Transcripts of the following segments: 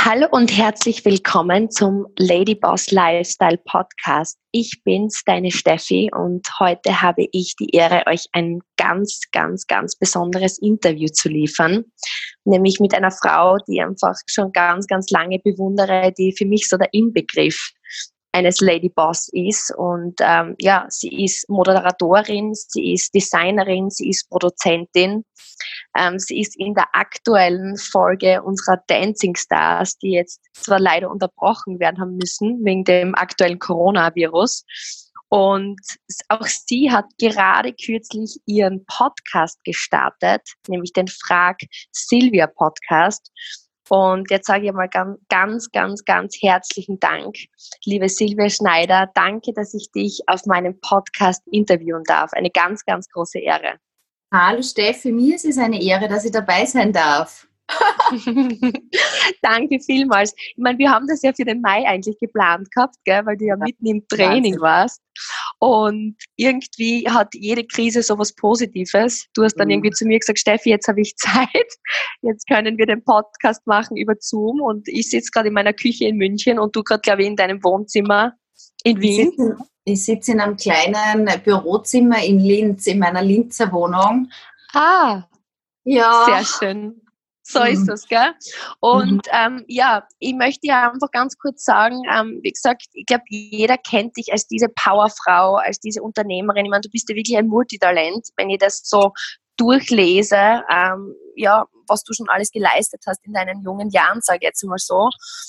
Hallo und herzlich willkommen zum Ladyboss Lifestyle Podcast. Ich bin's, deine Steffi, und heute habe ich die Ehre, euch ein ganz besonderes Interview zu liefern. Nämlich mit einer Frau, die ich einfach schon ganz lange bewundere, die für mich so der Inbegriff eines Ladyboss ist. Und sie ist Moderatorin, sie ist Designerin, sie ist Produzentin. Sie ist in der aktuellen Folge unserer Dancing Stars, die jetzt zwar leider unterbrochen werden haben müssen wegen dem aktuellen Coronavirus. Und auch sie hat gerade kürzlich ihren Podcast gestartet, nämlich den Frag Silvia Podcast. Und jetzt sage ich mal ganz herzlichen Dank, liebe Silvia Schneider. Danke, dass ich dich auf meinem Podcast interviewen darf. Eine ganz große Ehre. Hallo Steffi, mir ist es eine Ehre, dass ich dabei sein darf. Danke vielmals. Ich meine, wir haben das ja für den Mai eigentlich geplant gehabt, gell, weil du ja mitten im Training warst. Und irgendwie hat jede Krise sowas Positives. Du hast dann irgendwie zu mir gesagt, Steffi, jetzt habe ich Zeit. Jetzt können wir den Podcast machen über Zoom. Und ich sitze gerade in meiner Küche in München und du gerade, glaube ich, in deinem Wohnzimmer in Wien. Ich sitze in einem kleinen Bürozimmer in Linz, in meiner Linzer Wohnung. Ah, ja. Sehr schön. So ist das, gell? Und ich möchte ja einfach ganz kurz sagen, wie gesagt, ich glaube, jeder kennt dich als diese Powerfrau, als diese Unternehmerin. Ich meine, du bist ja wirklich ein Multitalent, wenn ich das so durchlese, was du schon alles geleistet hast in deinen jungen Jahren, sage ich jetzt mal so.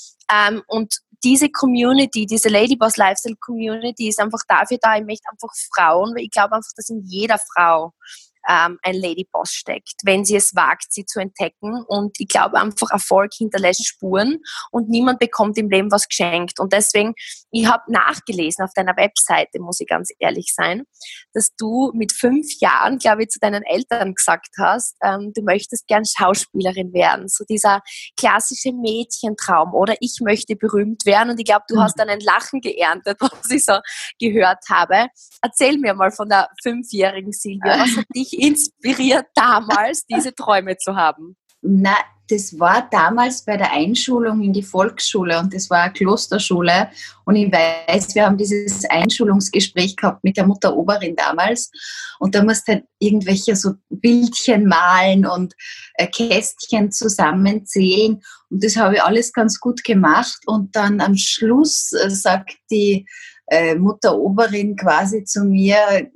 Und diese Community, diese Ladyboss Lifestyle Community ist einfach dafür da, ich möchte einfach Frauen, weil ich glaube einfach, dass in jeder Frau ein Ladyboss steckt, wenn sie es wagt, sie zu entdecken. Und ich glaube einfach, Erfolg hinterlässt Spuren und niemand bekommt im Leben was geschenkt. Und deswegen, ich habe nachgelesen auf deiner Webseite, muss ich ganz ehrlich sein, dass du mit 5 Jahren, glaube ich, zu deinen Eltern gesagt hast, du möchtest gern Schauspielerin werden. So dieser klassische Mädchentraum oder ich möchte berühmt werden. Und ich glaube, du hast dann ein Lachen geerntet, was ich so gehört habe. Erzähl mir mal von der 5-jährigen Silvia. Was hat dich inspiriert, damals diese Träume zu haben? Na, das war damals bei der Einschulung in die Volksschule und das war eine Klosterschule. Und ich weiß, wir haben dieses Einschulungsgespräch gehabt mit der Mutter Oberin damals. Und da musste halt irgendwelche so Bildchen malen und Kästchen zusammenzählen. Und das habe ich alles ganz gut gemacht. Und dann am Schluss sagt die Mutter Oberin quasi zu mir: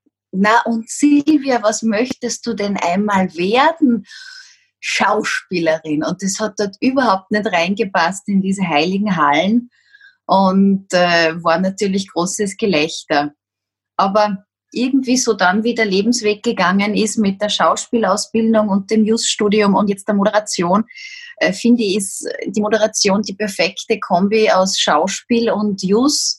Na und Silvia, was möchtest du denn einmal werden? Schauspielerin. Und das hat dort überhaupt nicht reingepasst in diese heiligen Hallen und war natürlich großes Gelächter. Aber irgendwie so dann, wie der Lebensweg gegangen ist mit der Schauspielausbildung und dem Jus-Studium und jetzt der Moderation, finde ich, ist die Moderation die perfekte Kombi aus Schauspiel und Jus,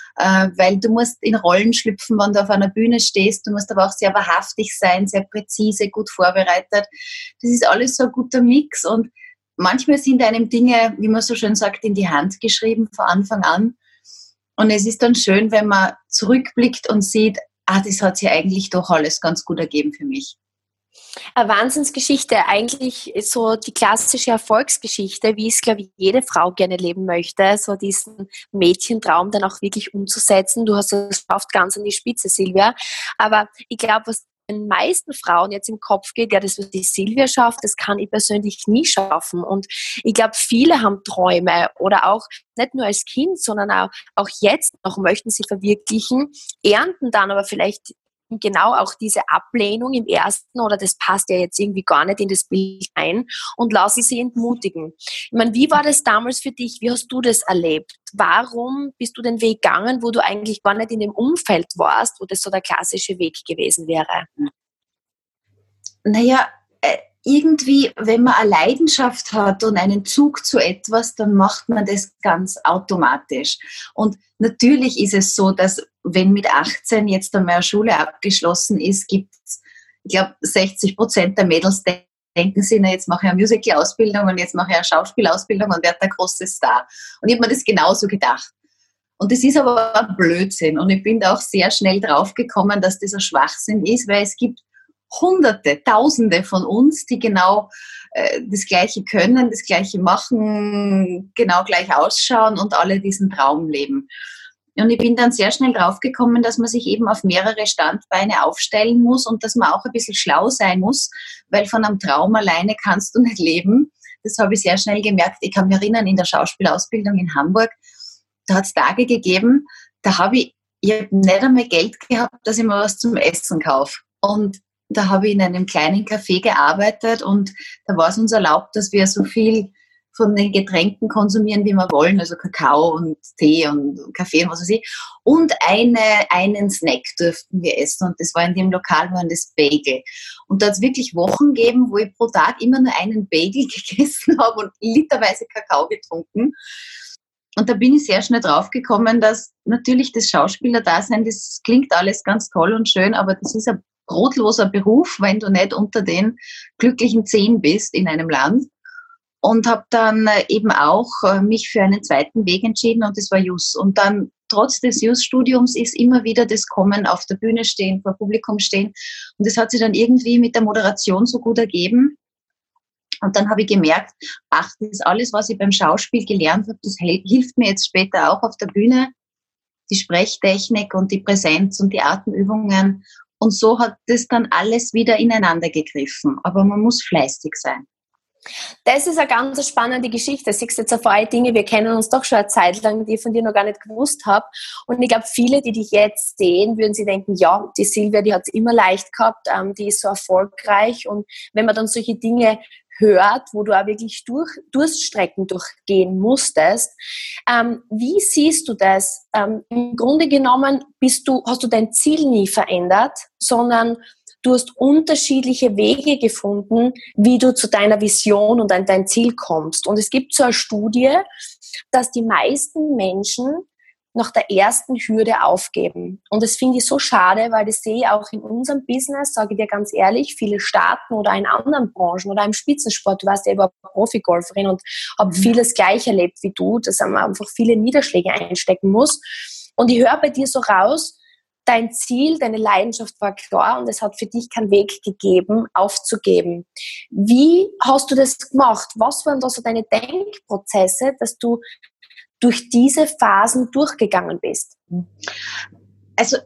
weil du musst in Rollen schlüpfen, wenn du auf einer Bühne stehst. Du musst aber auch sehr wahrhaftig sein, sehr präzise, gut vorbereitet. Das ist alles so ein guter Mix und manchmal sind einem Dinge, wie man so schön sagt, in die Hand geschrieben von Anfang an. Und es ist dann schön, wenn man zurückblickt und sieht, das hat sich eigentlich doch alles ganz gut ergeben für mich. Eine Wahnsinnsgeschichte, eigentlich so die klassische Erfolgsgeschichte, wie es, glaube ich, jede Frau gerne leben möchte, so diesen Mädchentraum dann auch wirklich umzusetzen. Du hast es geschafft, ganz an die Spitze, Silvia. Aber ich glaube, was den meisten Frauen jetzt im Kopf geht, ja, das, was die Silvia schafft, das kann ich persönlich nie schaffen. Und ich glaube, viele haben Träume oder auch nicht nur als Kind, sondern auch jetzt noch möchten sie verwirklichen, ernten dann aber vielleicht genau auch diese Ablehnung im ersten oder das passt ja jetzt irgendwie gar nicht in das Bild ein und lassen sie entmutigen. Ich meine, wie war das damals für dich? Wie hast du das erlebt? Warum bist du den Weg gegangen, wo du eigentlich gar nicht in dem Umfeld warst, wo das so der klassische Weg gewesen wäre? Naja, irgendwie, wenn man eine Leidenschaft hat und einen Zug zu etwas, dann macht man das ganz automatisch. Und natürlich ist es so, dass wenn mit 18 jetzt einmal eine Schule abgeschlossen ist, gibt es, ich glaube, 60% der Mädels denken sich, na, jetzt mache ich eine Musical-Ausbildung und jetzt mache ich eine Schauspielausbildung und werde der große Star. Und ich habe mir das genauso gedacht. Und das ist aber ein Blödsinn. Und ich bin da auch sehr schnell draufgekommen, dass das ein Schwachsinn ist, weil es gibt Hunderte, Tausende von uns, die genau das Gleiche können, das Gleiche machen, genau gleich ausschauen und alle diesen Traum leben. Und ich bin dann sehr schnell draufgekommen, dass man sich eben auf mehrere Standbeine aufstellen muss und dass man auch ein bisschen schlau sein muss, weil von einem Traum alleine kannst du nicht leben. Das habe ich sehr schnell gemerkt. Ich kann mich erinnern, in der Schauspielausbildung in Hamburg, da hat es Tage gegeben, da habe ich hab nicht einmal Geld gehabt, dass ich mir was zum Essen kaufe. Und da habe ich in einem kleinen Café gearbeitet und da war es uns erlaubt, dass wir so viel von den Getränken konsumieren, wie wir wollen, also Kakao und Tee und Kaffee und was weiß ich. Und einen Snack durften wir essen und das war in dem Lokal, waren das Bagel. Und da hat es wirklich Wochen gegeben, wo ich pro Tag immer nur einen Bagel gegessen habe und literweise Kakao getrunken. Und da bin ich sehr schnell draufgekommen, dass natürlich das Schauspielerdasein, das klingt alles ganz toll und schön, aber das ist ein brotloser Beruf, wenn du nicht unter den glücklichen 10 bist in einem Land. Und habe dann eben auch mich für einen zweiten Weg entschieden und das war Jus. Und dann trotz des Jus-Studiums ist immer wieder das Kommen, auf der Bühne stehen, vor Publikum stehen. Und das hat sich dann irgendwie mit der Moderation so gut ergeben. Und dann habe ich gemerkt, ach, das ist alles, was ich beim Schauspiel gelernt habe, das hilft mir jetzt später auch auf der Bühne. Die Sprechtechnik und die Präsenz und die Atemübungen. Und so hat das dann alles wieder ineinander gegriffen. Aber man muss fleißig sein. Das ist eine ganz spannende Geschichte. Siehst du jetzt auf alle Dinge, wir kennen uns doch schon eine Zeit lang, die ich von dir noch gar nicht gewusst habe. Und ich glaube, viele, die dich jetzt sehen, würden sich denken, ja, die Silvia, die hat es immer leicht gehabt, die ist so erfolgreich. Und wenn man dann solche Dinge hört, wo du auch wirklich Durststrecken durchgehen musstest, wie siehst du das? Im Grunde genommen hast du dein Ziel nie verändert, sondern du hast unterschiedliche Wege gefunden, wie du zu deiner Vision und an dein Ziel kommst. Und es gibt so eine Studie, dass die meisten Menschen nach der ersten Hürde aufgeben. Und das finde ich so schade, weil das sehe ich auch in unserem Business, sage ich dir ganz ehrlich, viele starten oder in anderen Branchen oder im Spitzensport. Du warst ja über Profigolferin und habe vieles gleich erlebt wie du, dass man einfach viele Niederschläge einstecken muss. Und ich höre bei dir so raus, dein Ziel, deine Leidenschaft war klar und es hat für dich keinen Weg gegeben, aufzugeben. Wie hast du das gemacht? Was waren da so deine Denkprozesse, dass du durch diese Phasen durchgegangen bist? Also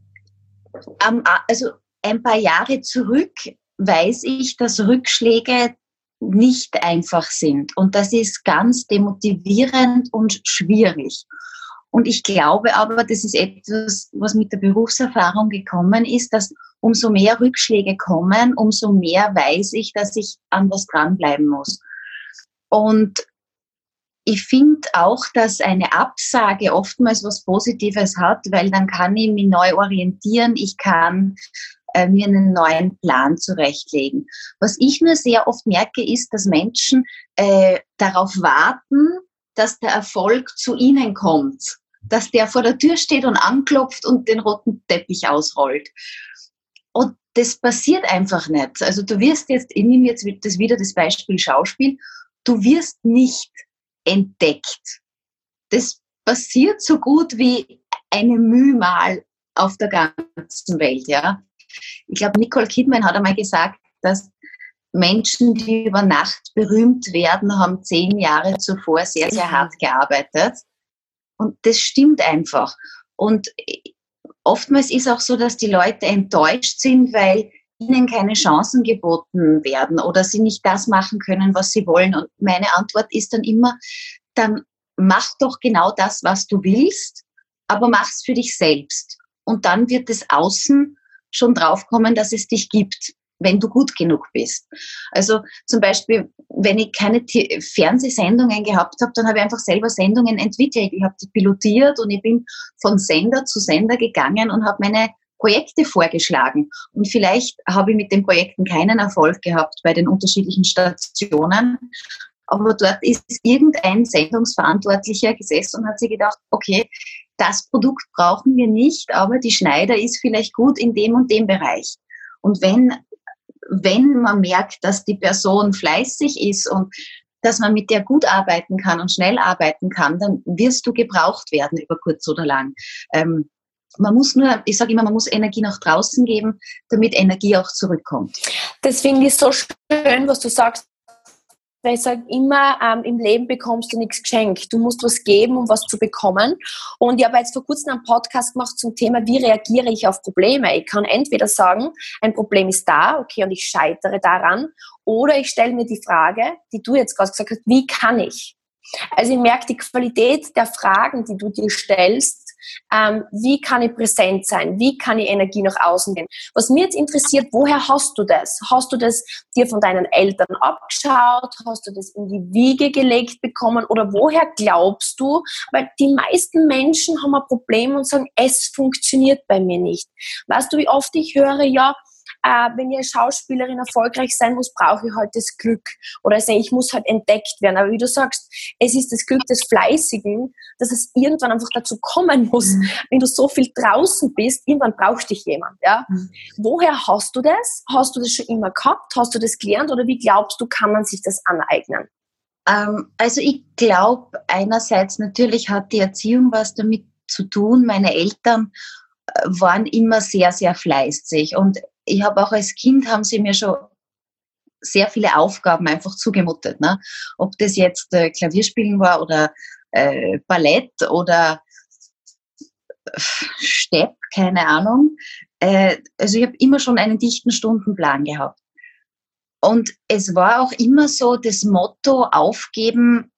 ein paar Jahre zurück weiß ich, dass Rückschläge nicht einfach sind. Und das ist ganz demotivierend und schwierig. Und ich glaube aber, das ist etwas, was mit der Berufserfahrung gekommen ist, dass umso mehr Rückschläge kommen, umso mehr weiß ich, dass ich an was dranbleiben muss. Und ich finde auch, dass eine Absage oftmals was Positives hat, weil dann kann ich mich neu orientieren, ich kann mir einen neuen Plan zurechtlegen. Was ich nur sehr oft merke, ist, dass Menschen darauf warten, dass der Erfolg zu ihnen kommt, dass der vor der Tür steht und anklopft und den roten Teppich ausrollt. Und das passiert einfach nicht. Also du wirst jetzt, ich nehme jetzt wieder das Beispiel Schauspiel, du wirst nicht entdeckt. Das passiert so gut wie eine Mühe mal auf der ganzen Welt. Ja? Ich glaube, Nicole Kidman hat einmal gesagt, dass Menschen, die über Nacht berühmt werden, haben 10 Jahre zuvor sehr, sehr hart gearbeitet. Und das stimmt einfach. Und oftmals ist auch so, dass die Leute enttäuscht sind, weil ihnen keine Chancen geboten werden oder sie nicht das machen können, was sie wollen. Und meine Antwort ist dann immer, dann mach doch genau das, was du willst, aber mach's für dich selbst. Und dann wird das Außen schon draufkommen, dass es dich gibt, wenn du gut genug bist. Also zum Beispiel, wenn ich keine Fernsehsendungen gehabt habe, dann habe ich einfach selber Sendungen entwickelt. Ich habe die pilotiert und ich bin von Sender zu Sender gegangen und habe meine Projekte vorgeschlagen. Und vielleicht habe ich mit den Projekten keinen Erfolg gehabt bei den unterschiedlichen Stationen, aber dort ist irgendein Sendungsverantwortlicher gesessen und hat sich gedacht, okay, das Produkt brauchen wir nicht, aber die Schneider ist vielleicht gut in dem und dem Bereich. Und wenn man merkt, dass die Person fleißig ist und dass man mit der gut arbeiten kann und schnell arbeiten kann, dann wirst du gebraucht werden über kurz oder lang. Man muss nur, ich sage immer, man muss Energie nach draußen geben, damit Energie auch zurückkommt. Das finde ich so schön, was du sagst. Weil ich sage immer, im Leben bekommst du nichts geschenkt. Du musst was geben, um was zu bekommen. Und ich habe jetzt vor kurzem einen Podcast gemacht zum Thema, wie reagiere ich auf Probleme. Ich kann entweder sagen, ein Problem ist da, okay, und ich scheitere daran. Oder ich stelle mir die Frage, die du jetzt gerade gesagt hast, wie kann ich? Also ich merke die Qualität der Fragen, die du dir stellst, wie kann ich präsent sein, wie kann ich Energie nach außen gehen. Was mir jetzt interessiert, woher hast du das? Hast du das dir von deinen Eltern abgeschaut? Hast du das in die Wiege gelegt bekommen? Oder woher glaubst du? Weil die meisten Menschen haben ein Problem und sagen, es funktioniert bei mir nicht. Weißt du, wie oft ich höre, ja, wenn ich als Schauspielerin erfolgreich sein muss, brauche ich halt das Glück. Oder also ich muss halt entdeckt werden. Aber wie du sagst, es ist das Glück des Fleißigen, dass es irgendwann einfach dazu kommen muss. Wenn du so viel draußen bist, irgendwann braucht dich jemand. Ja? Woher hast du das? Hast du das schon immer gehabt? Hast du das gelernt? Oder wie glaubst du, kann man sich das aneignen? Also ich glaube, einerseits natürlich hat die Erziehung was damit zu tun. Meine Eltern waren immer sehr, sehr fleißig. Und ich habe auch als Kind, haben sie mir schon sehr viele Aufgaben einfach zugemutet. Ne? Ob das jetzt Klavierspielen war oder Ballett oder Stepp, keine Ahnung. Also ich habe immer schon einen dichten Stundenplan gehabt. Und es war auch immer so, das Motto, aufgeben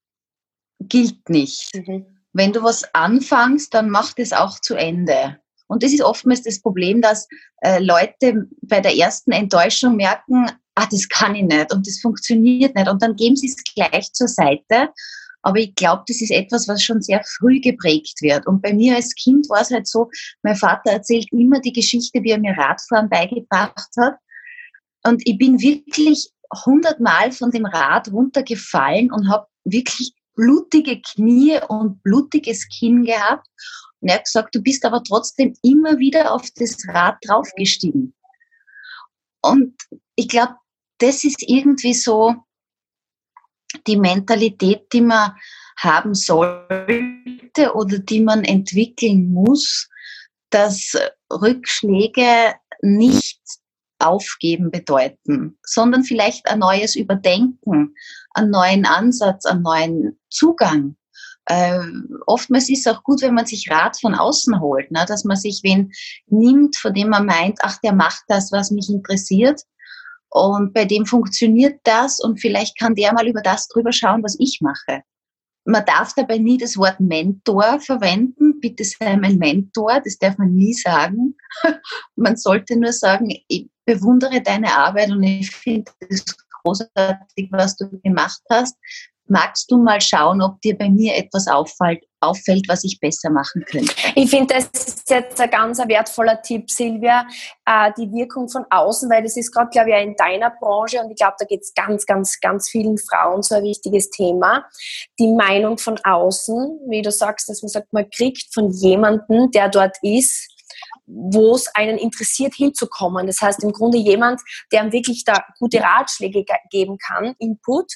gilt nicht. Wenn du was anfängst, dann mach das auch zu Ende. Und das ist oftmals das Problem, dass Leute bei der ersten Enttäuschung merken, das kann ich nicht und das funktioniert nicht. Und dann geben sie es gleich zur Seite. Aber ich glaube, das ist etwas, was schon sehr früh geprägt wird. Und bei mir als Kind war es halt so, mein Vater erzählt immer die Geschichte, wie er mir Radfahren beigebracht hat. Und ich bin wirklich 100-mal von dem Rad runtergefallen und habe wirklich blutige Knie und blutiges Kinn gehabt. Und er hat gesagt, du bist aber trotzdem immer wieder auf das Rad draufgestiegen. Und ich glaube, das ist irgendwie so die Mentalität, die man haben sollte oder die man entwickeln muss, dass Rückschläge nicht aufgeben bedeuten, sondern vielleicht ein neues Überdenken, einen neuen Ansatz, einen neuen Zugang. Oftmals ist es auch gut, wenn man sich Rat von außen holt, ne? Dass man sich wen nimmt, von dem man meint, der macht das, was mich interessiert und bei dem funktioniert das und vielleicht kann der mal über das drüber schauen, was ich mache. Man darf dabei nie das Wort Mentor verwenden. Bitte sei mein Mentor, das darf man nie sagen. Man sollte nur sagen, ich bewundere deine Arbeit und ich finde es großartig, was du gemacht hast. Magst du mal schauen, ob dir bei mir etwas auffällt, was ich besser machen könnte? Ich finde, das ist jetzt ein ganz wertvoller Tipp, Silvia, die Wirkung von außen, weil das ist gerade, glaube ich, auch in deiner Branche und ich glaube, da geht es ganz, ganz, ganz vielen Frauen so ein wichtiges Thema. Die Meinung von außen, wie du sagst, dass man sagt, man kriegt von jemandem, der dort ist, wo es einen interessiert, hinzukommen. Das heißt, im Grunde jemand, der einem wirklich da gute Ratschläge geben kann, Input,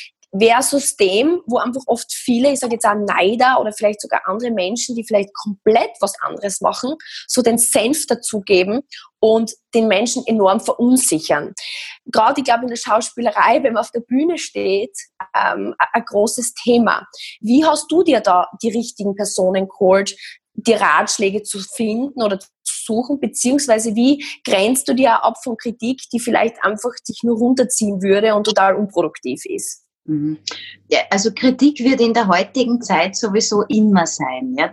versus dem, wo einfach oft viele, ich sage jetzt auch Neider oder vielleicht sogar andere Menschen, die vielleicht komplett was anderes machen, so den Senf dazugeben und den Menschen enorm verunsichern. Gerade, ich glaube, in der Schauspielerei, wenn man auf der Bühne steht, ein großes Thema. Wie hast du dir da die richtigen Personen geholt, die Ratschläge zu finden oder zu suchen, beziehungsweise wie grenzt du dir ab von Kritik, die vielleicht einfach dich nur runterziehen würde und total unproduktiv ist? Ja, also Kritik wird in der heutigen Zeit sowieso immer sein. Ja,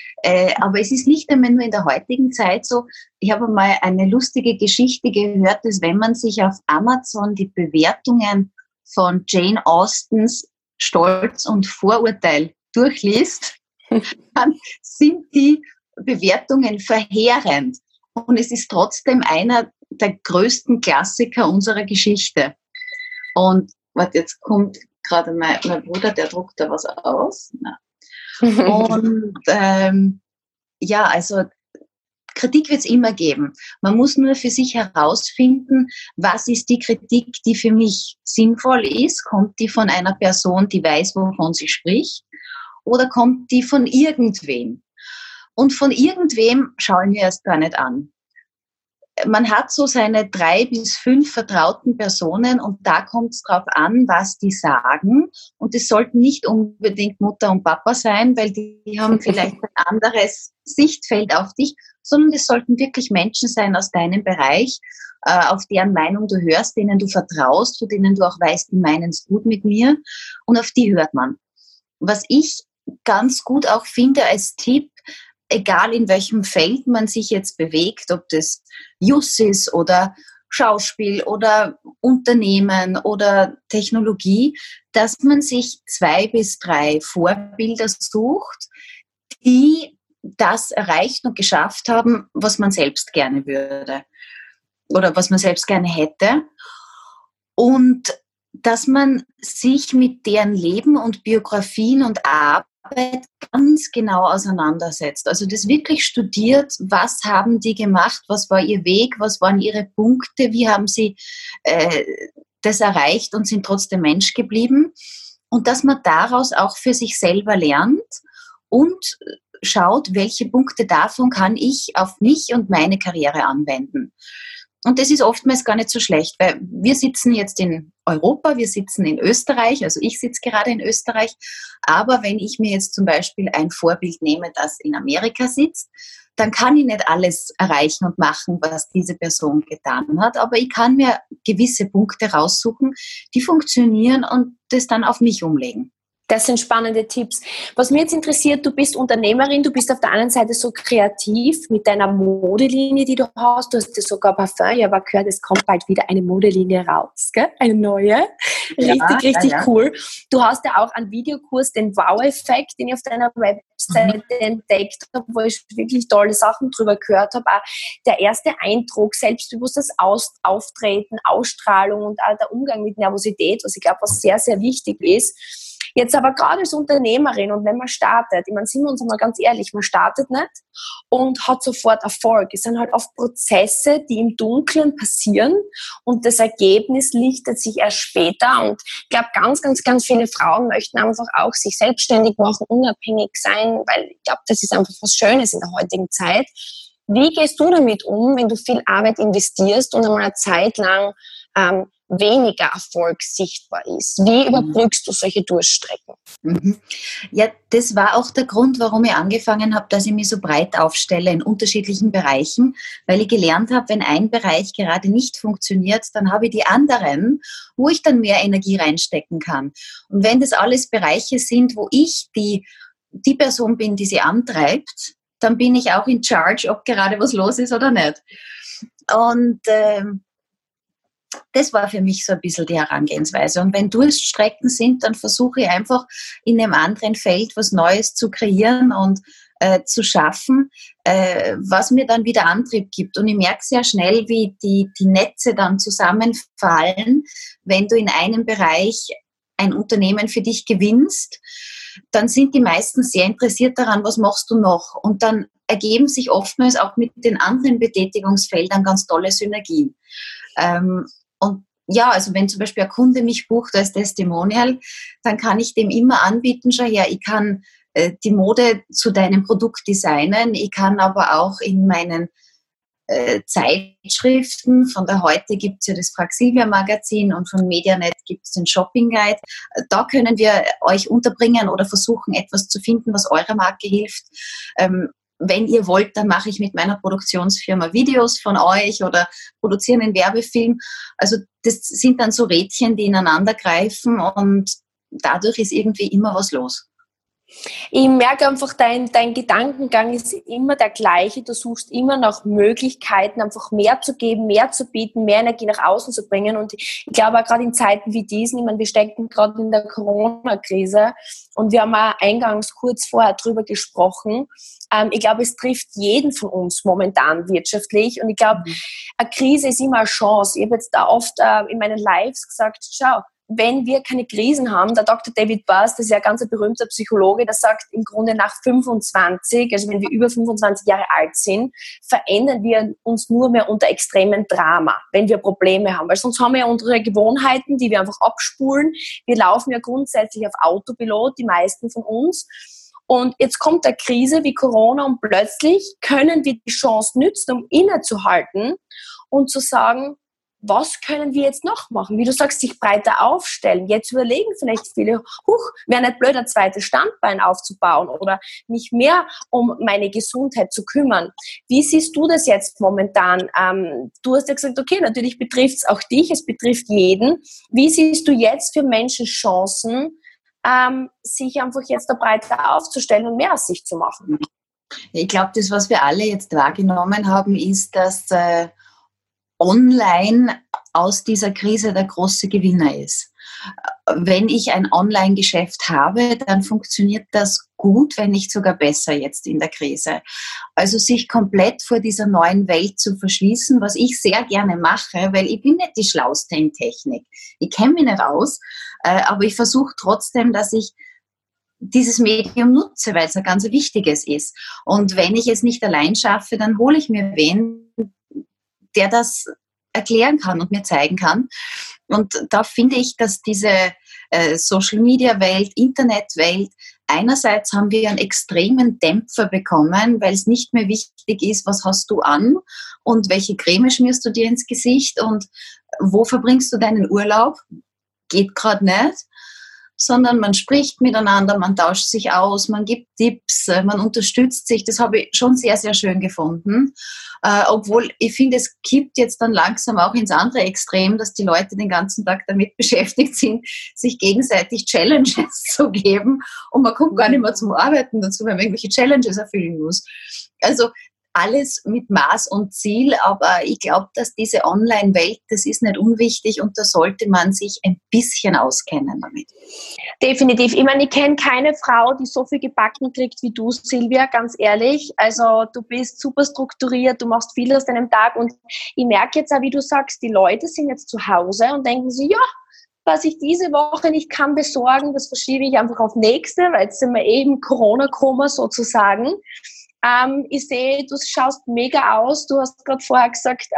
aber es ist nicht einmal nur in der heutigen Zeit so. Ich habe mal eine lustige Geschichte gehört, dass wenn man sich auf Amazon die Bewertungen von Jane Austens Stolz und Vorurteil durchliest, dann sind die Bewertungen verheerend. Und es ist trotzdem einer der größten Klassiker unserer Geschichte. Und jetzt kommt gerade mein Bruder, der druckt da was aus. Und also Kritik wird es immer geben. Man muss nur für sich herausfinden, was ist die Kritik, die für mich sinnvoll ist. Kommt die von einer Person, die weiß, wovon sie spricht? Oder kommt die von irgendwem? Und von irgendwem schauen wir erst gar nicht an. Man hat so seine 3 bis 5 vertrauten Personen und da kommt es drauf an, was die sagen. Und es sollten nicht unbedingt Mutter und Papa sein, weil die haben vielleicht ein anderes Sichtfeld auf dich, sondern es sollten wirklich Menschen sein aus deinem Bereich, auf deren Meinung du hörst, denen du vertraust, von denen du auch weißt, die meinen es gut mit mir. Und auf die hört man. Was ich ganz gut auch finde als Tipp, egal in welchem Feld man sich jetzt bewegt, ob das Jus ist oder Schauspiel oder Unternehmen oder Technologie, dass man sich 2 bis 3 Vorbilder sucht, die das erreicht und geschafft haben, was man selbst gerne würde oder was man selbst gerne hätte. Und dass man sich mit deren Leben und Biografien und Arbeit ganz genau auseinandersetzt. Also das wirklich studiert, was haben die gemacht, was war ihr Weg, was waren ihre Punkte, wie haben sie das erreicht und sind trotzdem Mensch geblieben. Und dass man daraus auch für sich selber lernt und schaut, welche Punkte davon kann ich auf mich und meine Karriere anwenden. Und das ist oftmals gar nicht so schlecht, weil wir sitzen jetzt in Europa, wir sitzen in Österreich, also ich sitze gerade in Österreich, aber wenn ich mir jetzt zum Beispiel ein Vorbild nehme, das in Amerika sitzt, dann kann ich nicht alles erreichen und machen, was diese Person getan hat, aber ich kann mir gewisse Punkte raussuchen, die funktionieren und das dann auf mich umlegen. Das sind spannende Tipps. Was mich jetzt interessiert, du bist Unternehmerin, du bist auf der anderen Seite so kreativ mit deiner Modelinie, die du hast. Du hast ja sogar Parfum. Ich habe gehört, es kommt bald wieder eine Modelinie raus, gell? Eine neue. Richtig cool. Du hast ja auch einen Videokurs, den Wow-Effekt, den ich auf deiner Webseite entdeckt habe, wo ich wirklich tolle Sachen drüber gehört habe. Auch der erste Eindruck, selbstbewusstes Auftreten, Ausstrahlung und auch der Umgang mit Nervosität, was ich glaube, was sehr, sehr wichtig ist. Jetzt aber gerade als Unternehmerin und wenn man startet, ich meine, sind wir uns einmal ganz ehrlich, man startet nicht und hat sofort Erfolg. Es sind halt oft Prozesse, die im Dunkeln passieren und das Ergebnis lichtet sich erst später. Und ich glaube, ganz viele Frauen möchten einfach auch sich selbstständig machen, unabhängig sein, weil ich glaube, das ist einfach was Schönes in der heutigen Zeit. Wie gehst du damit um, wenn du viel Arbeit investierst und einmal eine Zeit lang weniger Erfolg sichtbar ist? Wie überbrückst du solche Durststrecken? Ja, das war auch der Grund, warum ich angefangen habe, dass ich mich so breit aufstelle in unterschiedlichen Bereichen, weil ich gelernt habe, wenn ein Bereich gerade nicht funktioniert, dann habe ich die anderen, wo ich dann mehr Energie reinstecken kann. Und wenn das alles Bereiche sind, wo ich die Person bin, die sie antreibt, dann bin ich auch in charge, ob gerade was los ist oder nicht. Und das war für mich so ein bisschen die Herangehensweise. Und wenn Durststrecken sind, dann versuche ich einfach in einem anderen Feld was Neues zu kreieren und zu schaffen, was mir dann wieder Antrieb gibt. Und ich merke sehr schnell, wie die Netze dann zusammenfallen, wenn du in einem Bereich ein Unternehmen für dich gewinnst, dann sind die meisten sehr interessiert daran, was machst du noch? Und dann ergeben sich oftmals auch mit den anderen Betätigungsfeldern ganz tolle Synergien. Und ja, also wenn zum Beispiel ein Kunde mich bucht als Testimonial, dann kann ich dem immer anbieten, schau her, ich kann die Mode zu deinem Produkt designen, ich kann aber auch in meinen Zeitschriften, von der Heute gibt es ja das Frag Silvia Magazin und von Medianet gibt es den Shopping Guide. Da können wir euch unterbringen oder versuchen, etwas zu finden, was eurer Marke hilft. Wenn ihr wollt, dann mache ich mit meiner Produktionsfirma Videos von euch oder produziere einen Werbefilm. Also das sind dann so Rädchen, die ineinander greifen und dadurch ist irgendwie immer was los. Ich merke einfach, dein Gedankengang ist immer der gleiche. Du suchst immer nach Möglichkeiten, einfach mehr zu geben, mehr zu bieten, mehr Energie nach außen zu bringen. Und ich glaube auch gerade in Zeiten wie diesen, ich meine, wir stecken gerade in der Corona-Krise und wir haben auch eingangs kurz vorher drüber gesprochen. Ich glaube, es trifft jeden von uns momentan wirtschaftlich. Und ich glaube, eine Krise ist immer eine Chance. Ich habe jetzt da oft in meinen Lives gesagt, schau, wenn wir keine Krisen haben, der Dr. David Buss, das ist ja ein ganz berühmter Psychologe, der sagt im Grunde nach 25, also wenn wir über 25 Jahre alt sind, verändern wir uns nur mehr unter extremem Drama, wenn wir Probleme haben. Weil sonst haben wir ja unsere Gewohnheiten, die wir einfach abspulen. Wir laufen ja grundsätzlich auf Autopilot, die meisten von uns. Und jetzt kommt eine Krise wie Corona und plötzlich können wir die Chance nutzen, um innezuhalten und zu sagen, was können wir jetzt noch machen? Wie du sagst, sich breiter aufstellen. Jetzt überlegen vielleicht viele, wäre nicht blöd, ein zweites Standbein aufzubauen oder mich mehr um meine Gesundheit zu kümmern. Wie siehst du das jetzt momentan? Du hast ja gesagt, okay, natürlich betrifft es auch dich, es betrifft jeden. Wie siehst du jetzt für Menschen Chancen, sich einfach jetzt da breiter aufzustellen und mehr aus sich zu machen? Ich glaube, das, was wir alle jetzt wahrgenommen haben, ist, dass online aus dieser Krise der große Gewinner ist. Wenn ich ein Online-Geschäft habe, dann funktioniert das gut, wenn nicht sogar besser jetzt in der Krise. Also sich komplett vor dieser neuen Welt zu verschließen, was ich sehr gerne mache, weil ich bin nicht die Schlauste in Technik. Ich kenne mich nicht aus, aber ich versuche trotzdem, dass ich dieses Medium nutze, weil es ein ganz wichtiges ist. Und wenn ich es nicht allein schaffe, dann hole ich mir wen, der das erklären kann und mir zeigen kann. Und da finde ich, dass diese Social-Media-Welt, Internet-Welt, einerseits haben wir einen extremen Dämpfer bekommen, weil es nicht mehr wichtig ist, was hast du an und welche Creme schmierst du dir ins Gesicht und wo verbringst du deinen Urlaub? Geht gerade nicht. Sondern man spricht miteinander, man tauscht sich aus, man gibt Tipps, man unterstützt sich. Das habe ich schon sehr, sehr schön gefunden. Obwohl ich finde, es kippt jetzt dann langsam auch ins andere Extrem, dass die Leute den ganzen Tag damit beschäftigt sind, sich gegenseitig Challenges zu geben und man kommt gar nicht mehr zum Arbeiten dazu, wenn man irgendwelche Challenges erfüllen muss. Also alles mit Maß und Ziel, aber ich glaube, dass diese Online-Welt, das ist nicht unwichtig und da sollte man sich ein bisschen auskennen damit. Definitiv. Ich meine, ich kenne keine Frau, die so viel gebacken kriegt wie du, Silvia, ganz ehrlich. Also du bist super strukturiert, du machst viel aus deinem Tag und ich merke jetzt auch, wie du sagst, die Leute sind jetzt zu Hause und denken sich, ja, was ich diese Woche nicht kann besorgen, das verschiebe ich einfach auf nächste, weil jetzt sind wir eben Corona-Koma sozusagen. Ich sehe, du schaust mega aus. Du hast gerade vorher gesagt,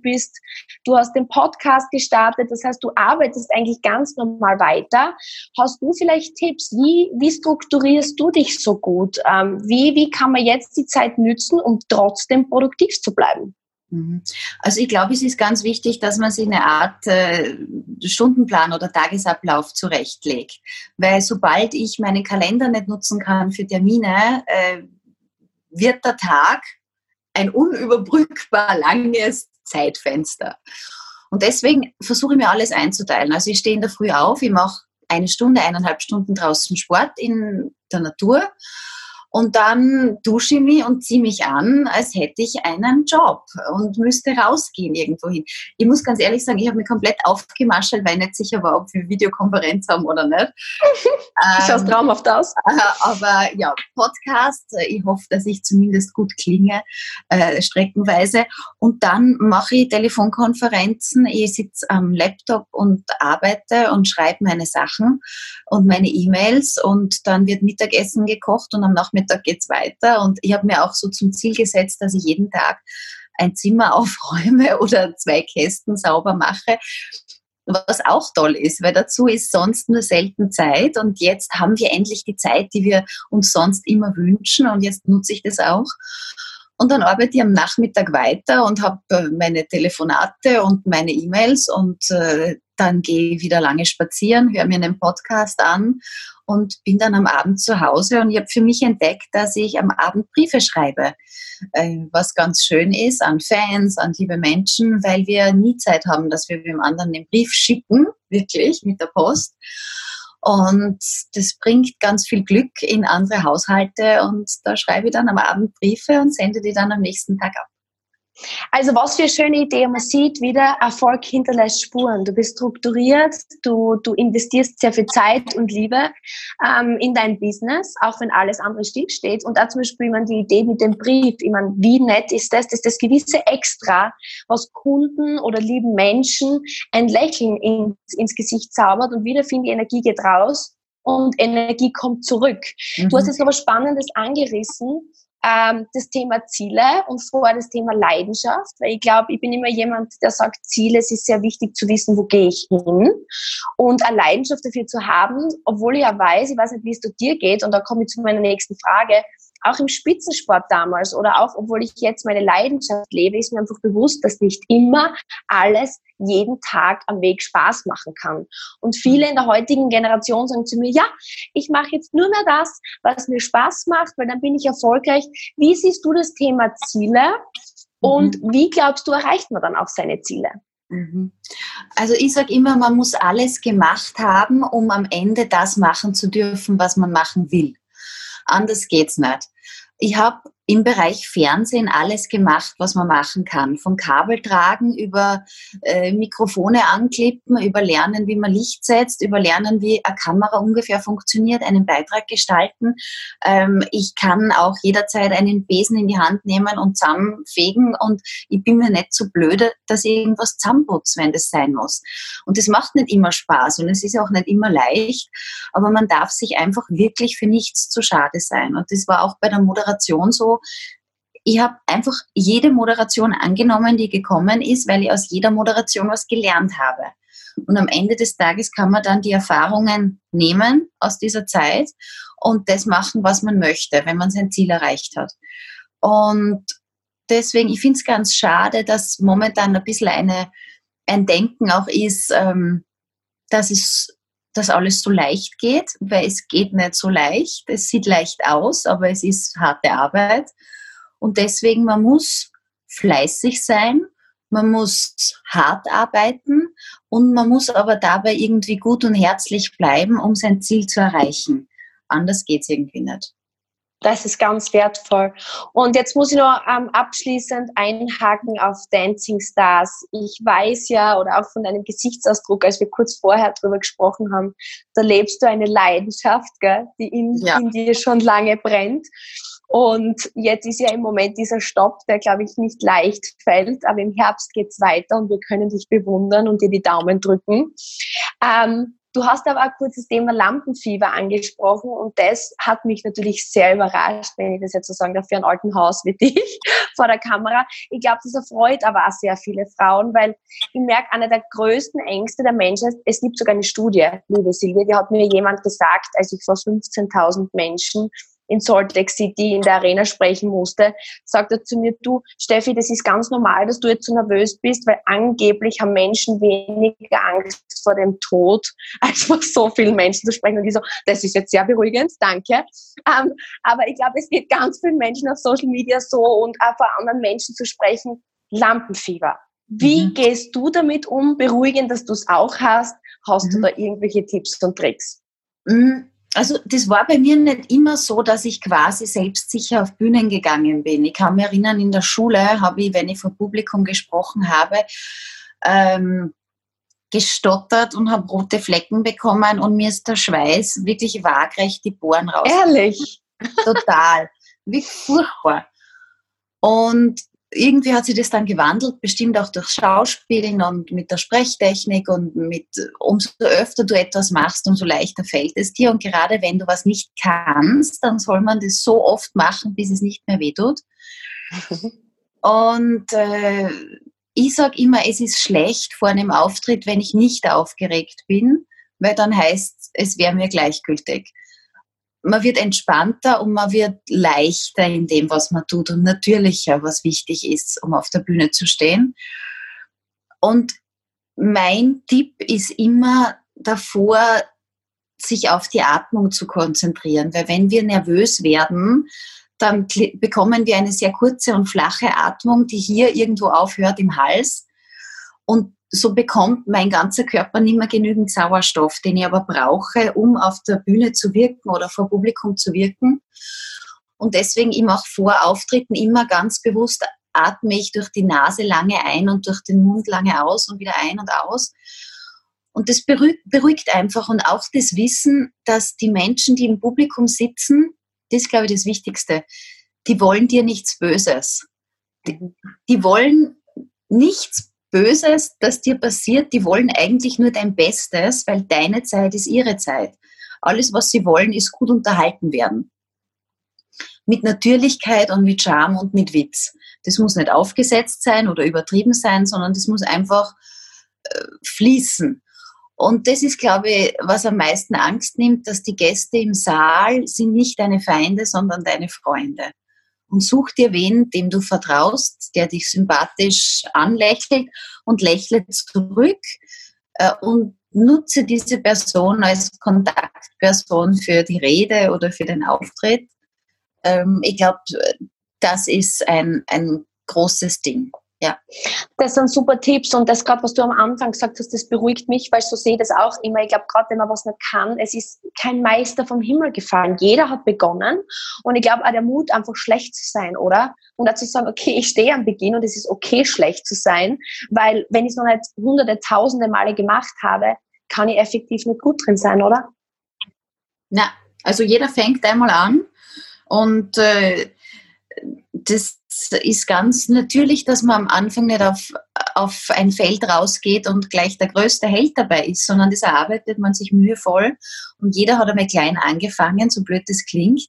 du hast den Podcast gestartet. Das heißt, du arbeitest eigentlich ganz normal weiter. Hast du vielleicht Tipps? Wie strukturierst du dich so gut? Wie kann man jetzt die Zeit nützen, um trotzdem produktiv zu bleiben? Also ich glaube, es ist ganz wichtig, dass man sich eine Art Stundenplan oder Tagesablauf zurechtlegt. Weil sobald ich meinen Kalender nicht nutzen kann für Termine, wird der Tag ein unüberbrückbar langes Zeitfenster. Und deswegen versuche ich mir alles einzuteilen. Also ich stehe in der Früh auf, ich mache 1 Stunde, 1,5 Stunden draußen Sport in der Natur und dann dusche ich mich und ziehe mich an, als hätte ich einen Job und müsste rausgehen irgendwo hin. Ich muss ganz ehrlich sagen, ich habe mich komplett aufgemaschelt, weil ich nicht sicher war, ob wir Videokonferenz haben oder nicht. Schaust traumhaft aus. Aber ja, Podcast, ich hoffe, dass ich zumindest gut klinge, streckenweise. Und dann mache ich Telefonkonferenzen, ich sitze am Laptop und arbeite und schreibe meine Sachen und meine E-Mails und dann wird Mittagessen gekocht und am Nachmittag geht es weiter. Und ich habe mir auch so zum Ziel gesetzt, dass ich jeden Tag ein Zimmer aufräume oder 2 Kästen sauber mache. Was auch toll ist, weil dazu ist sonst nur selten Zeit und jetzt haben wir endlich die Zeit, die wir uns sonst immer wünschen und jetzt nutze ich das auch. Und dann arbeite ich am Nachmittag weiter und habe meine Telefonate und meine E-Mails und dann gehe ich wieder lange spazieren, höre mir einen Podcast an und bin dann am Abend zu Hause. Und ich habe für mich entdeckt, dass ich am Abend Briefe schreibe, was ganz schön ist an Fans, an liebe Menschen, weil wir nie Zeit haben, dass wir dem anderen den Brief schicken, wirklich mit der Post. Und das bringt ganz viel Glück in andere Haushalte und da schreibe ich dann am Abend Briefe und sende die dann am nächsten Tag ab. Also was für eine schöne Idee. Man sieht wieder, Erfolg hinterlässt Spuren. Du bist strukturiert, du investierst sehr viel Zeit und Liebe in dein Business, auch wenn alles andere stillsteht. Und da zum Beispiel die Idee mit dem Brief, wie nett ist das? Das ist das gewisse Extra, was Kunden oder lieben Menschen ein Lächeln ins Gesicht zaubert und wieder finde ich, Energie geht raus und Energie kommt zurück. Du hast jetzt noch was Spannendes angerissen. das Thema Ziele und vorher das Thema Leidenschaft, weil ich glaube, ich bin immer jemand, der sagt, Ziele, es ist sehr wichtig zu wissen, wo gehe ich hin und eine Leidenschaft dafür zu haben, obwohl ich ja weiß, ich weiß nicht, wie es dir geht und da komme ich zu meiner nächsten Frage, auch im Spitzensport damals oder auch, obwohl ich jetzt meine Leidenschaft lebe, ist mir einfach bewusst, dass nicht immer alles jeden Tag am Weg Spaß machen kann. Und viele in der heutigen Generation sagen zu mir, ja, ich mache jetzt nur mehr das, was mir Spaß macht, weil dann bin ich erfolgreich. Wie siehst du das Thema Ziele und wie glaubst du, erreicht man dann auch seine Ziele? Also ich sage immer, man muss alles gemacht haben, um am Ende das machen zu dürfen, was man machen will. Anders geht's nicht. Ich habe im Bereich Fernsehen alles gemacht, was man machen kann. Von Kabel tragen über Mikrofone anklippen, über lernen, wie man Licht setzt, über lernen, wie eine Kamera ungefähr funktioniert, einen Beitrag gestalten. Ich kann auch jederzeit einen Besen in die Hand nehmen und zusammenfegen und ich bin mir nicht so blöde, dass ich irgendwas zusammenputze, wenn das sein muss. Und das macht nicht immer Spaß und es ist auch nicht immer leicht, aber man darf sich einfach wirklich für nichts zu schade sein. Und das war auch bei der Moderation so. Ich habe einfach jede Moderation angenommen, die gekommen ist, weil ich aus jeder Moderation was gelernt habe. Und am Ende des Tages kann man dann die Erfahrungen nehmen aus dieser Zeit und das machen, was man möchte, wenn man sein Ziel erreicht hat. Und deswegen, ich finde es ganz schade, dass momentan ein bisschen ein Denken auch ist, dass alles so leicht geht, weil es geht nicht so leicht. Es sieht leicht aus, aber es ist harte Arbeit. Und deswegen, man muss fleißig sein, man muss hart arbeiten und man muss aber dabei irgendwie gut und herzlich bleiben, um sein Ziel zu erreichen. Anders geht es irgendwie nicht. Das ist ganz wertvoll. Und jetzt muss ich noch abschließend einhaken auf Dancing Stars. Ich weiß ja, oder auch von deinem Gesichtsausdruck, als wir kurz vorher drüber gesprochen haben, da lebst du eine Leidenschaft, gell, die in dir schon lange brennt. Und jetzt ist ja im Moment dieser Stopp, der, glaube ich, nicht leicht fällt, aber im Herbst geht's weiter und wir können dich bewundern und dir die Daumen drücken. Du hast aber auch kurz das Thema Lampenfieber angesprochen und das hat mich natürlich sehr überrascht, wenn ich das jetzt so sagen darf, für ein alten Haus wie dich vor der Kamera. Ich glaube, das erfreut aber auch sehr viele Frauen, weil ich merke, einer der größten Ängste der Menschheit, es gibt sogar eine Studie, liebe Silvia, die hat mir jemand gesagt, als ich vor 15.000 Menschen in Salt Lake City in der Arena sprechen musste, sagt er zu mir, du Steffi, das ist ganz normal, dass du jetzt so nervös bist, weil angeblich haben Menschen weniger Angst vor dem Tod, als vor so vielen Menschen zu sprechen. Und ich so, das ist jetzt sehr beruhigend, danke. Aber ich glaube, es geht ganz vielen Menschen auf Social Media so und auch vor anderen Menschen zu sprechen, Lampenfieber. Wie gehst du damit um? Beruhigend, dass du es auch hast. Hast du da irgendwelche Tipps und Tricks? Also das war bei mir nicht immer so, dass ich quasi selbstsicher auf Bühnen gegangen bin. Ich kann mich erinnern, in der Schule habe ich, wenn ich vor Publikum gesprochen habe, gestottert und habe rote Flecken bekommen und mir ist der Schweiß wirklich waagrecht die Poren raus. Ehrlich? Total. Wie furchtbar. Und irgendwie hat sich das dann gewandelt, bestimmt auch durch Schauspielen und mit der Sprechtechnik und umso öfter du etwas machst, umso leichter fällt es dir. Und gerade wenn du was nicht kannst, dann soll man das so oft machen, bis es nicht mehr wehtut. Und ich sage immer, es ist schlecht vor einem Auftritt, wenn ich nicht aufgeregt bin, weil dann heißt es wäre mir gleichgültig. Man wird entspannter und man wird leichter in dem, was man tut und natürlicher, was wichtig ist, um auf der Bühne zu stehen. Und mein Tipp ist immer davor, sich auf die Atmung zu konzentrieren, weil wenn wir nervös werden, dann bekommen wir eine sehr kurze und flache Atmung, die hier irgendwo aufhört im Hals und so bekommt mein ganzer Körper nicht mehr genügend Sauerstoff, den ich aber brauche, um auf der Bühne zu wirken oder vor Publikum zu wirken. Und deswegen ich mache vor Auftritten immer ganz bewusst, atme ich durch die Nase lange ein und durch den Mund lange aus und wieder ein und aus. Und das beruhigt einfach. Und auch das Wissen, dass die Menschen, die im Publikum sitzen, das ist, glaube ich, das Wichtigste, die wollen dir nichts Böses. Die wollen nichts Böses, das dir passiert, die wollen eigentlich nur dein Bestes, weil deine Zeit ist ihre Zeit. Alles, was sie wollen, ist gut unterhalten werden. mit Natürlichkeit und mit Charme und mit Witz. Das muss nicht aufgesetzt sein oder übertrieben sein, sondern das muss einfach fließen. Und das ist, glaube ich, was am meisten Angst nimmt, dass die Gäste im Saal sind nicht deine Feinde, sondern deine Freunde. Und such dir wen, dem du vertraust, der dich sympathisch anlächelt und lächle zurück und nutze diese Person als Kontaktperson für die Rede oder für den Auftritt. Ich glaube, das ist ein großes Ding. Ja. Das sind super Tipps und das gerade, was du am Anfang gesagt hast, das beruhigt mich, weil ich so sehe das auch immer. Ich glaube, gerade wenn man was nicht kann, es ist kein Meister vom Himmel gefallen. Jeder hat begonnen und ich glaube auch der Mut, einfach schlecht zu sein, oder? Und dazu sagen, okay, ich stehe am Beginn und es ist okay, schlecht zu sein, weil wenn ich es noch nicht hunderte, tausende Male gemacht habe, kann ich effektiv nicht gut drin sein, oder? Na, also jeder fängt einmal an und das ist ganz natürlich, dass man am Anfang nicht auf ein Feld rausgeht und gleich der größte Held dabei ist, sondern das erarbeitet man sich mühevoll und jeder hat einmal klein angefangen, so blöd das klingt.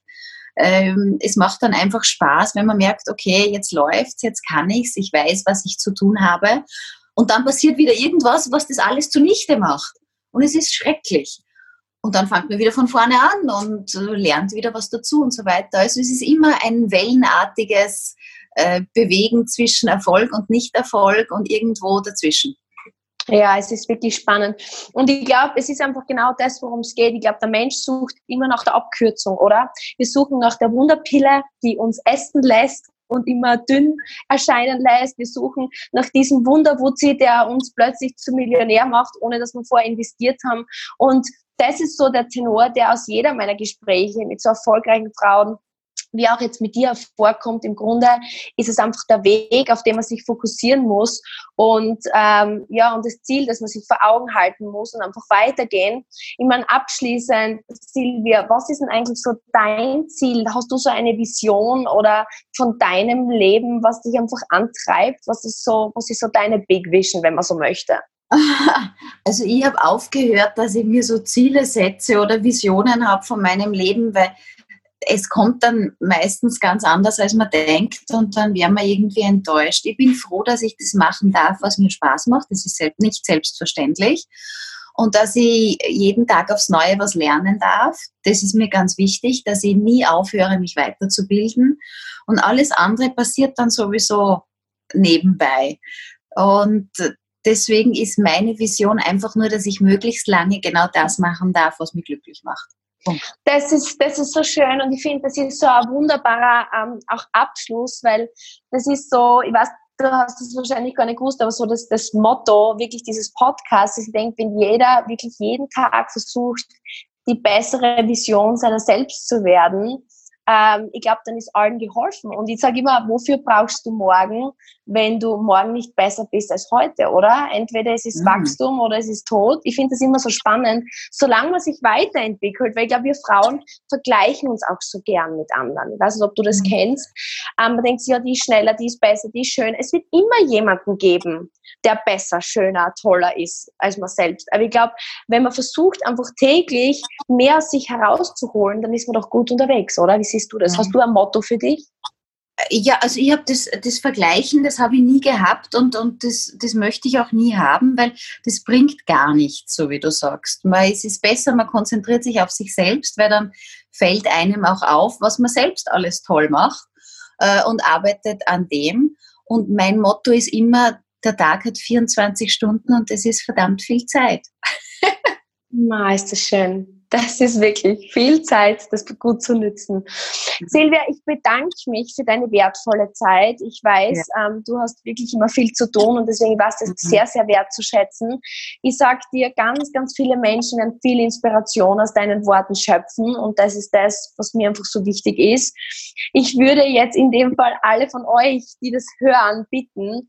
Es macht dann einfach Spaß, wenn man merkt, okay, jetzt läuft's, jetzt kann ich's, ich weiß, was ich zu tun habe und dann passiert wieder irgendwas, was das alles zunichte macht und es ist schrecklich. Und dann fängt man wieder von vorne an und lernt wieder was dazu und so weiter. Also es ist immer ein wellenartiges Bewegen zwischen Erfolg und Nicht-Erfolg und irgendwo dazwischen. Ja, es ist wirklich spannend. Und ich glaube, es ist einfach genau das, worum es geht. Ich glaube, der Mensch sucht immer nach der Abkürzung, oder? Wir suchen nach der Wunderpille, die uns essen lässt und immer dünn erscheinen lässt. Wir suchen nach diesem Wunderwutzi, der uns plötzlich zum Millionär macht, ohne dass wir vorher investiert haben. Und das ist so der Tenor, der aus jeder meiner Gespräche mit so erfolgreichen Frauen, wie auch jetzt mit dir hervorkommt. Im Grunde ist es einfach der Weg, auf den man sich fokussieren muss und und das Ziel, das man sich vor Augen halten muss und einfach weitergehen. Ich meine, abschließend, Silvia, was ist denn eigentlich so dein Ziel? Hast du so eine Vision oder von deinem Leben, was dich einfach antreibt? Was ist so deine Big Vision, wenn man so möchte? Also ich habe aufgehört, dass ich mir so Ziele setze oder Visionen habe von meinem Leben, weil es kommt dann meistens ganz anders, als man denkt und dann wäre man irgendwie enttäuscht. Ich bin froh, dass ich das machen darf, was mir Spaß macht. Das ist nicht selbstverständlich. Und dass ich jeden Tag aufs Neue was lernen darf, das ist mir ganz wichtig, dass ich nie aufhöre, mich weiterzubilden. Und alles andere passiert dann sowieso nebenbei. Und deswegen ist meine Vision einfach nur, dass ich möglichst lange genau das machen darf, was mich glücklich macht. Das ist so schön und ich finde, das ist so ein wunderbarer auch Abschluss, weil das ist so, ich weiß, du hast es wahrscheinlich gar nicht gewusst, aber so das Motto wirklich dieses Podcasts, ich denke, wenn jeder wirklich jeden Tag versucht, die bessere Vision seiner selbst zu werden, ich glaube, dann ist allen geholfen. Und ich sage immer, wofür brauchst du morgen, wenn du morgen nicht besser bist als heute, oder? Entweder es ist Wachstum oder es ist Tod. Ich finde das immer so spannend, solange man sich weiterentwickelt, weil ich glaube, wir Frauen vergleichen uns auch so gern mit anderen. Ich weiß nicht, ob du das kennst. Man denkt sich, ja, die ist schneller, die ist besser, die ist schön. Es wird immer jemanden geben, der besser, schöner, toller ist als man selbst. Aber ich glaube, wenn man versucht, einfach täglich mehr aus sich herauszuholen, dann ist man doch gut unterwegs, oder? Wie siehst du das? Hast du ein Motto für dich? Ja, also ich habe das Vergleichen, das habe ich nie gehabt und das möchte ich auch nie haben, weil das bringt gar nichts, so wie du sagst. Es ist besser, man konzentriert sich auf sich selbst, weil dann fällt einem auch auf, was man selbst alles toll macht und arbeitet an dem. Und mein Motto ist immer, der Tag hat 24 Stunden und das ist verdammt viel Zeit. Ist das schön. Das ist wirklich viel Zeit, das gut zu nützen. Silvia, ich bedanke mich für deine wertvolle Zeit. Ich weiß, du hast wirklich immer viel zu tun und deswegen war es das sehr, sehr wertzuschätzen. Ich sage dir, ganz, ganz viele Menschen werden viel Inspiration aus deinen Worten schöpfen und das ist das, was mir einfach so wichtig ist. Ich würde jetzt in dem Fall alle von euch, die das hören, bitten,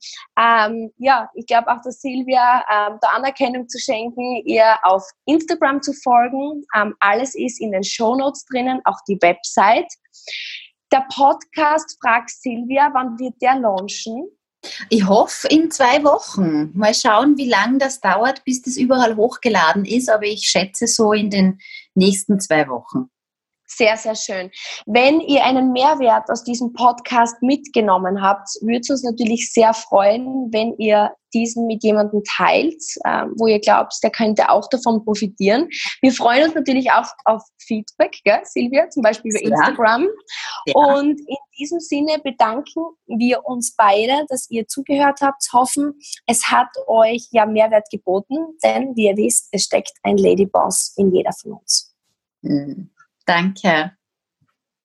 ich glaube auch der Silvia der Anerkennung zu schenken, ihr auf Instagram zu folgen. Alles ist in den Shownotes drinnen, auch die Website. Der Podcast Frag Silvia, wann wird der launchen? Ich hoffe in 2 Wochen. Mal schauen, wie lange das dauert, bis das überall hochgeladen ist, aber ich schätze so in den nächsten 2 Wochen. Sehr, sehr schön. Wenn ihr einen Mehrwert aus diesem Podcast mitgenommen habt, würde es uns natürlich sehr freuen, wenn ihr diesen mit jemandem teilt, wo ihr glaubt, der könnte auch davon profitieren. Wir freuen uns natürlich auch auf Feedback, gell, Silvia, zum Beispiel über Instagram. Ja. Und in diesem Sinne bedanken wir uns beide, dass ihr zugehört habt. Hoffen, es hat euch ja Mehrwert geboten, denn wie ihr wisst, es steckt ein Ladyboss in jeder von uns. Danke.